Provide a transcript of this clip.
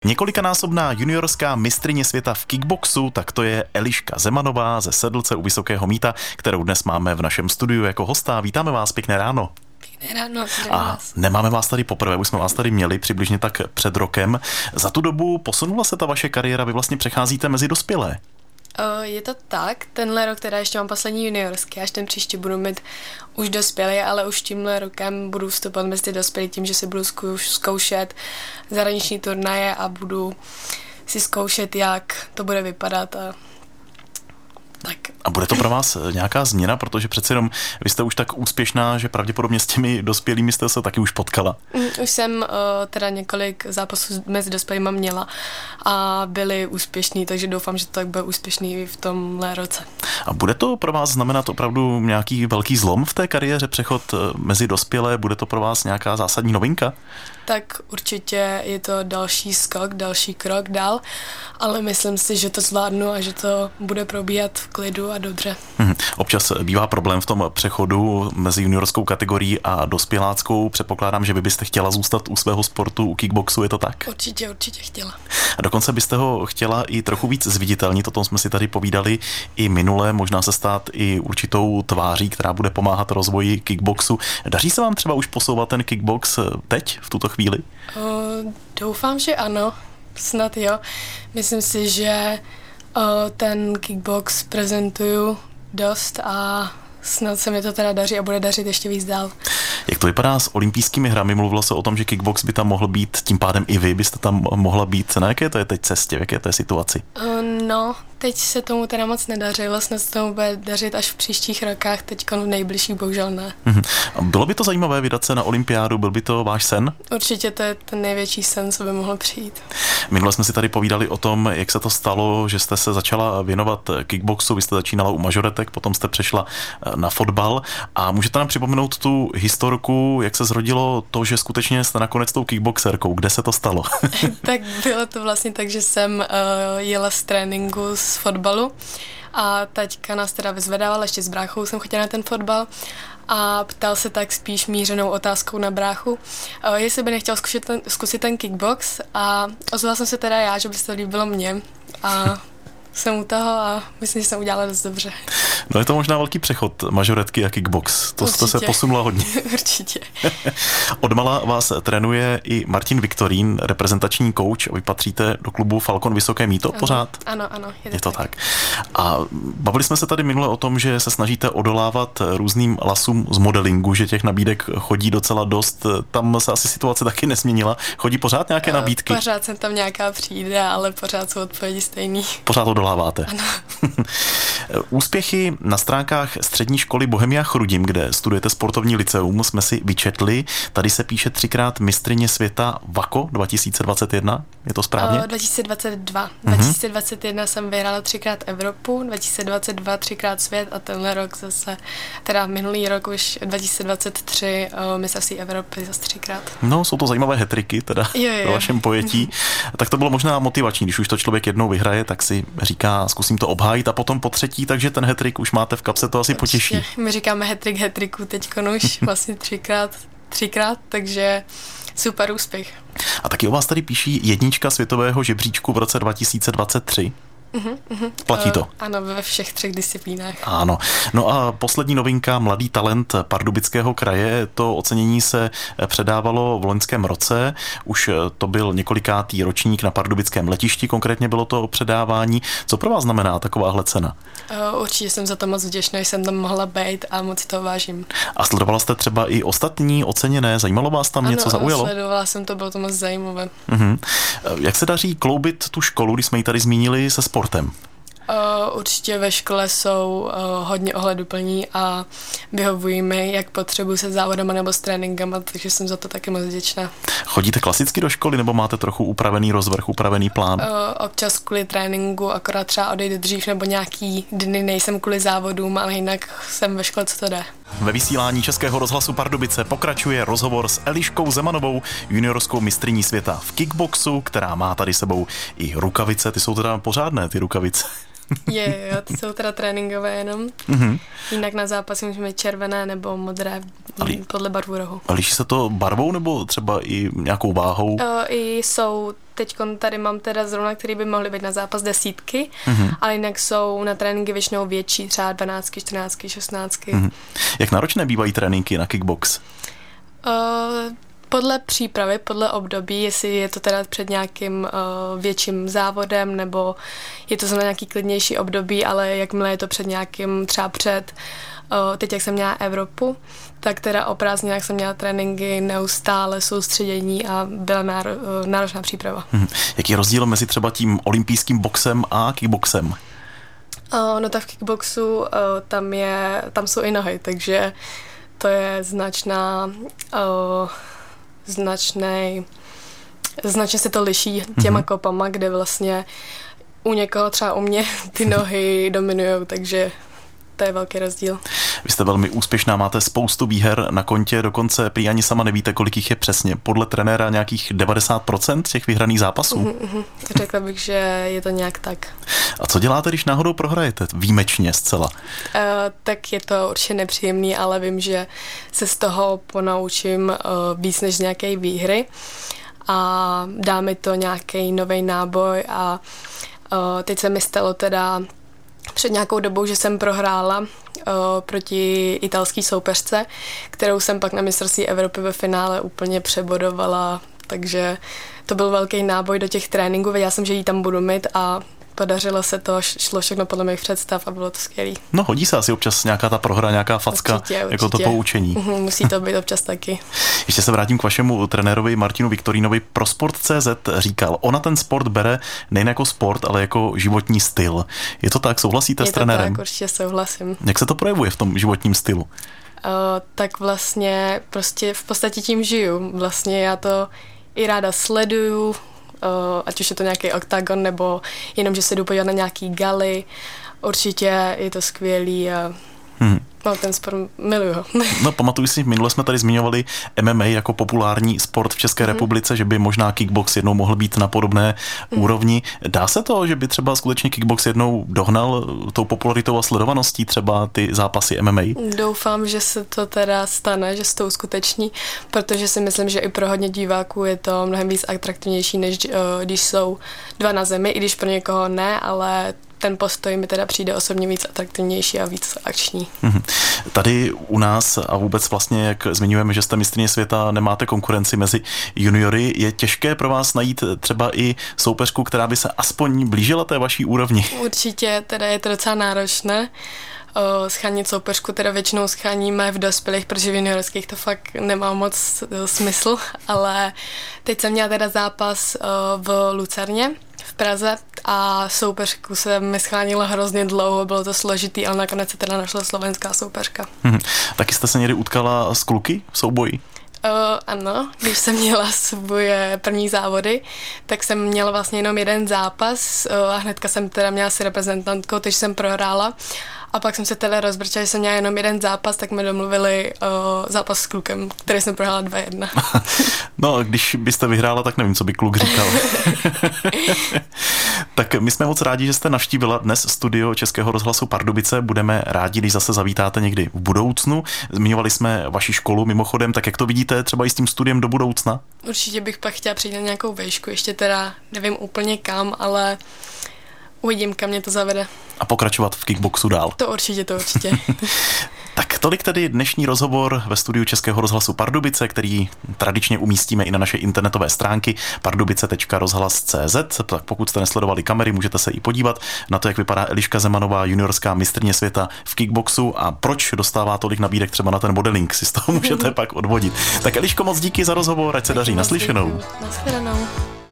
Několikanásobná juniorská mistryně světa v kickboxu, tak to je Eliška Zemanová ze Sedlce u Vysokého Mýta, kterou dnes máme v našem studiu jako hosta. Vítáme vás, pěkné ráno. Pěkné ráno, A nemáme vás tady poprvé, už jsme vás tady měli přibližně tak před rokem. Za tu dobu posunula se ta vaše kariéra, vy vlastně přecházíte mezi dospělé. Je to tak, tenhle rok teda ještě mám poslední juniorský, až ten příští budu mít už dospělý, ale už tímhle rokem budu vstupovat mezi dospělí tím, že si budu zkoušet zahraniční turnaje a budu si zkoušet, jak to bude vypadat tak. A bude to pro vás nějaká změna, protože přece jenom vy jste už tak úspěšná, že pravděpodobně s těmi dospělými jste se taky už potkala. Už jsem teda několik zápasů mezi dospělými měla a byli úspěšní, takže doufám, že to tak bude úspěšný i v tomhle roce. A bude to pro vás znamenat opravdu nějaký velký zlom v té kariéře, přechod mezi dospělé? Bude to pro vás nějaká zásadní novinka? Tak určitě je to další skok, další krok dál, ale myslím si, že to zvládnu a že to bude probíhat v klidu a dobře. Občas bývá problém v tom přechodu mezi juniorskou kategorií a dospěláckou. Předpokládám, že vy byste chtěla zůstat u svého sportu, u kickboxu, je to tak? Určitě chtěla. A dokonce byste ho chtěla i trochu víc zviditelnit, o tom jsme si tady povídali i minule, možná se stát i určitou tváří, která bude pomáhat rozvoji kickboxu. Daří se vám třeba už posouvat ten kickbox teď, v tuto chvíli? Doufám, že ano, snad jo. Myslím si, že ten kickbox prezentuju dost a snad se mi to teda daří a bude dařit ještě víc dál. Jak to vypadá s olympijskými hrami? Mluvilo se o tom, že kickbox by tam mohl být, tím pádem i vy byste tam mohla být. Na jaké to je teď cestě, v jaké to je situaci? No, teď se tomu teda moc nedařilo, snad se tomu bude dařit až v příštích rokách, teď v nejbližších bohužel ne. Bylo by to zajímavé vydat se na olympiádu, byl by to váš sen? Určitě to je ten největší sen, co by mohl přijít. Minule jsme si tady povídali o tom, jak se to stalo, že jste se začala věnovat kickboxu, vy jste začínala u mažoretek, potom jste přešla na fotbal a můžete nám připomenout tu historku, jak se zrodilo to, že skutečně jste nakonec tou kickboxerkou, kde se to stalo? Tak bylo to vlastně tak, že jsem jela z tréninku z fotbalu a taťka nás teda vyzvedávala, ještě s bráchou jsem chodila na ten fotbal a ptal se tak spíš mířenou otázkou na bráchu, jestli by nechtěl zkusit ten kickbox a ozvala jsem se teda já, že by se to líbilo mně a jsem u toho a myslím, že jsem udělala dost dobře. No je to možná velký přechod, mažoretky a kickbox. To jste se posunula hodně. Určitě. Odmala vás trénuje i Martin Viktorín, reprezentační kouč. Vy patříte do klubu Falcon Vysoké Mýto pořád? Ano, je to tak. A bavili jsme se tady minule o tom, že se snažíte odolávat různým lasům z modelingu, že těch nabídek chodí docela dost. Tam se asi situace taky nesměnila. Chodí pořád nějaké nabídky? Pořád jsem tam nějaká přijde, ale pořád jsou odpovědi stejný. Pořád odoláváte. Ano. Úspěchy na stránkách střední školy Bohemia Chrudim, kde studujete sportovní liceum, jsme si vyčetli. Tady se píše 3krát mistryně světa VAKO 2021. Je to správně? 2022. 2021 jsem vyhrála 3krát Evropu, 2022 3krát svět a tenhle rok zase, teda minulý rok už 2023 mistrovství Evropy zase 3krát. No, jsou to zajímavé hat-tricky, teda ve vašem pojetí. Tak to bylo možná motivační, když už to člověk jednou vyhraje, tak si říká, zkusím to obhájit a potom po třetí, takže ten hat-trick už máte v kapse, to asi potěší. My říkáme hat-tricku teďko už vlastně třikrát, takže super úspěch. A taky o vás tady píší jednička světového žebříčku v roce 2023. Platí to? Ano, ve všech 3 disciplínách. Ano. No a poslední novinka, mladý talent Pardubického kraje, to ocenění se předávalo v loňském roce, už to byl několikátý ročník na pardubickém letišti, konkrétně bylo to předávání. Co pro vás znamená takováhle cena? Určitě jsem za to moc vděčná, že jsem tam mohla být a moc to vážím. A sledovala jste třeba i ostatní oceněné? Zajímalo vás tam něco, zaujalo? Ano, sledovala jsem to, bylo to moc zajímavé. Jak se daří kloubit tu školu, když jsme ji tady zmínili, se sportem? Určitě ve škole jsou hodně ohleduplní a vyhovují mi, jak potřebuji se závodama nebo s tréninkama, takže jsem za to taky moc vděčná. Chodíte klasicky do školy nebo máte trochu upravený rozvrh, upravený plán? Občas kvůli tréninku, akorát třeba odejdu dřív nebo nějaký dny nejsem kvůli závodům, ale jinak jsem ve škole, co to jde. Ve vysílání Českého rozhlasu Pardubice pokračuje rozhovor s Eliškou Zemanovou, juniorskou mistryní světa v kickboxu, která má tady sebou i rukavice. Ty jsou teda pořádné, ty rukavice. Jo, ty jsou teda tréninkové jenom. Jinak na zápasy můžeme mít červené nebo modré podle barvu rohu. A liší se to barvou nebo třeba i nějakou váhou? I jsou teď tady mám teda zrovna, který by mohly být na zápas 10, ale jinak jsou na tréninky většinou větší, třeba 12, 14, 16. Jak náročné bývají tréninky na kickbox? Podle přípravy, podle období, jestli je to teda před nějakým větším závodem, nebo je to zrovna nějaký klidnější období, ale jakmile je to před nějakým, třeba teď jak jsem měla Evropu, tak teda o prázdninách jsem měla tréninky, neustále soustředění a byla náročná příprava. Jaký je rozdíl mezi třeba tím olympijským boxem a kickboxem? No tak v kickboxu tam jsou i nohy, takže to je značně se to liší těma kopama, kde vlastně u někoho, třeba u mě, ty nohy dominujou, takže to je velký rozdíl. Vy jste velmi úspěšná, máte spoustu výher na kontě, dokonce prý ani sama nevíte, kolik jich je přesně. Podle trenéra nějakých 90% těch vyhraných zápasů? Řekla bych, že je to nějak tak. A co děláte, když náhodou prohrajete? Výjimečně zcela. Tak je to určitě nepříjemný, ale vím, že se z toho ponaučím víc než z nějaké výhry a dá mi to nějaký nový náboj a teď se mi stalo teda před nějakou dobou, že jsem prohrála proti italské soupeřce, kterou jsem pak na mistrovství Evropy ve finále úplně přebodovala, takže to byl velký náboj do těch tréninků, věděla jsem, že ji tam budu mít a podařilo se to, šlo všechno podle mých představ a bylo to skvělý. No hodí se asi občas nějaká ta prohra, nějaká facka, určitě. Jako to poučení. Musí to být občas taky. Ještě se vrátím k vašemu trenérovi Martinu Viktorínovi. Pro Sport.cz říkal, ona ten sport bere nejen jako sport, ale jako životní styl. Je to tak? Souhlasíte s trenérem? Je to tak, určitě souhlasím. Jak se to projevuje v tom životním stylu? Tak vlastně prostě v podstatě tím žiju. Vlastně já to i ráda sleduju, ať už je to nějaký oktagon, nebo jenom, že se jdu podívat na nějaký galy. Určitě je to skvělý a no, ten sport miluju ho. No, pamatuju si, minule jsme tady zmiňovali MMA jako populární sport v České republice, že by možná kickbox jednou mohl být na podobné úrovni. Dá se to, že by třeba skutečně kickbox jednou dohnal tou popularitou a sledovaností třeba ty zápasy MMA? Doufám, že se to teda stane, že se to uskuteční, protože si myslím, že i pro hodně diváků je to mnohem víc atraktivnější, než když jsou dva na zemi, i když pro někoho ne, ale ten postoj mi teda přijde osobně víc atraktivnější a víc akční. Tady u nás a vůbec vlastně, jak zmiňujeme, že jste mistryně světa, nemáte konkurenci mezi juniory, je těžké pro vás najít třeba i soupeřku, která by se aspoň blížila té vaší úrovni? Určitě, teda je to docela náročné. Schánit soupeřku, teda většinou scháníme v dospělých, protože v juniorských to fakt nemá moc smysl, ale teď jsem měla teda zápas v Lucerně v Praze a soupeřku se mi schánila hrozně dlouho, bylo to složitý, ale nakonec se teda našla slovenská soupeřka. Taky jste se někdy utkala s kluky v souboji? Ano, když jsem měla svoje první závody, tak jsem měla vlastně jenom jeden zápas a hnedka jsem teda měla si reprezentantkou, takže jsem prohrála. A pak jsem se teda rozbrčela, že jsem měla jenom jeden zápas, tak mi domluvili zápas s klukem, který jsem prohrála 2-1. No a když byste vyhrála, tak nevím, co by kluk říkal. Tak my jsme moc rádi, že jste navštívila dnes studio Českého rozhlasu Pardubice. Budeme rádi, když zase zavítáte někdy v budoucnu. Zmiňovali jsme vaši školu mimochodem, tak jak to vidíte třeba i s tím studiem do budoucna? Určitě bych pak chtěla přijít na nějakou vejšku, ještě teda nevím úplně kam, ale uvidím, kam mě to zavede. A pokračovat v kickboxu dál. To určitě. Tak tolik tedy dnešní rozhovor ve studiu Českého rozhlasu Pardubice, který tradičně umístíme i na naše internetové stránky pardubice.rozhlas.cz. Tak pokud jste nesledovali kamery, můžete se i podívat na to, jak vypadá Eliška Zemanová, juniorská mistryně světa v kickboxu a proč dostává tolik nabídek třeba na ten modeling, si z toho můžete pak odvodit. Tak Eliško, moc díky za rozhovor, ať se daří, naslyšenou. Nashledanou.